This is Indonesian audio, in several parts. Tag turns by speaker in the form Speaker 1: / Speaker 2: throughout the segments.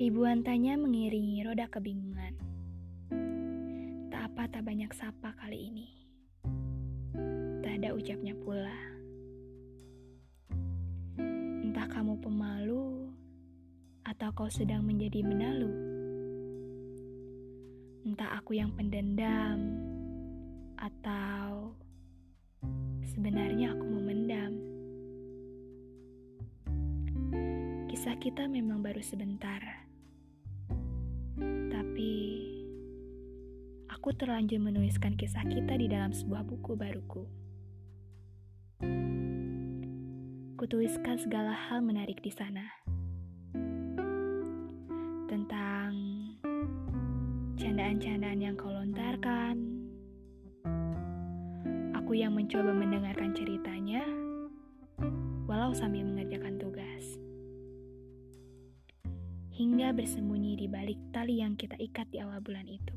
Speaker 1: Ribuan tanya mengiringi roda kebingungan. Tak apa tak banyak sapa kali ini. Tak ada ucapnya pula. Entah kamu pemalu atau kau sedang menjadi menalu. Entah aku yang pendendam atau sebenarnya aku memendam. Kisah kita memang baru sebentar. Tapi aku terlanjur menuliskan kisah kita di dalam sebuah buku baruku. Kutuliskan segala hal menarik di sana. Tentang candaan-candaan yang kau lontarkan. Aku yang mencoba mendengarkan ceritanya, walau sambil mengerjakan tugas. Hingga bersembunyi di balik tali yang kita ikat di awal bulan itu.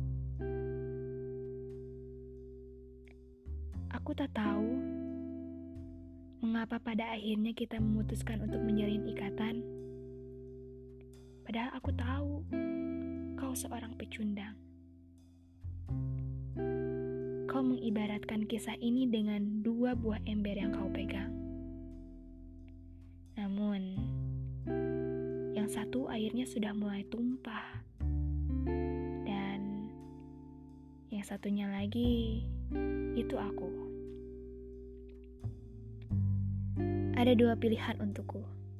Speaker 1: Aku tak tahu mengapa pada akhirnya kita memutuskan untuk menjalin ikatan. Padahal aku tahu kau seorang pecundang. Kau mengibaratkan kisah ini dengan 2 buah ember yang kau pegang. Namun, yang satu airnya sudah mulai tumpah. Dan yang satunya lagi, itu aku. Ada 2 pilihan untukku.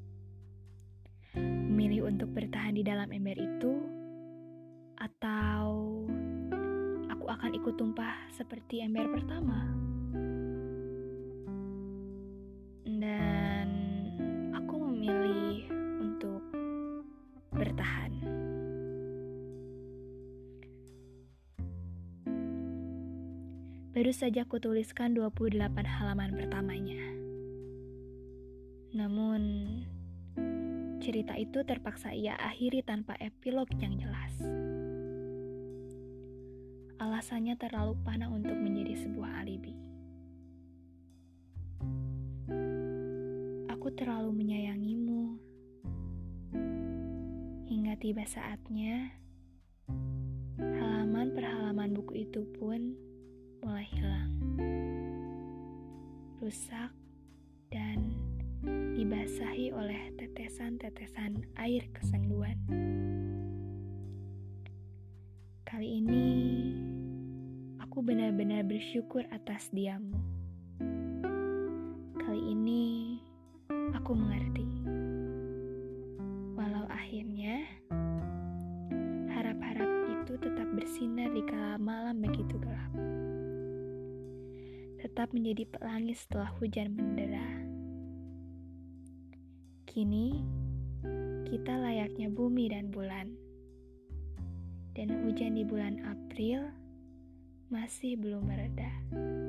Speaker 1: Memilih untuk bertahan di dalam ember itu, atau aku akan ikut tumpah seperti ember pertama. Dan aku memilih untuk bertahan. Baru saja kutuliskan 28 halaman pertamanya. Namun, cerita itu terpaksa ia akhiri tanpa epilog yang jelas. Alasannya terlalu panas untuk menjadi sebuah alibi. Aku terlalu menyayangimu. Hingga tiba saatnya, halaman per halaman buku itu pun mulai hilang. Rusak dan dibasahi oleh tetesan-tetesan air kesenduan. Kali ini, aku benar-benar bersyukur atas diammu. Kali ini, aku mengerti. Walau akhirnya, harap-harap itu tetap bersinar di kala malam begitu gelap. Tetap menjadi pelangi setelah hujan mendera. Kini, kita layaknya bumi dan bulan. Dan hujan di bulan April masih belum mereda.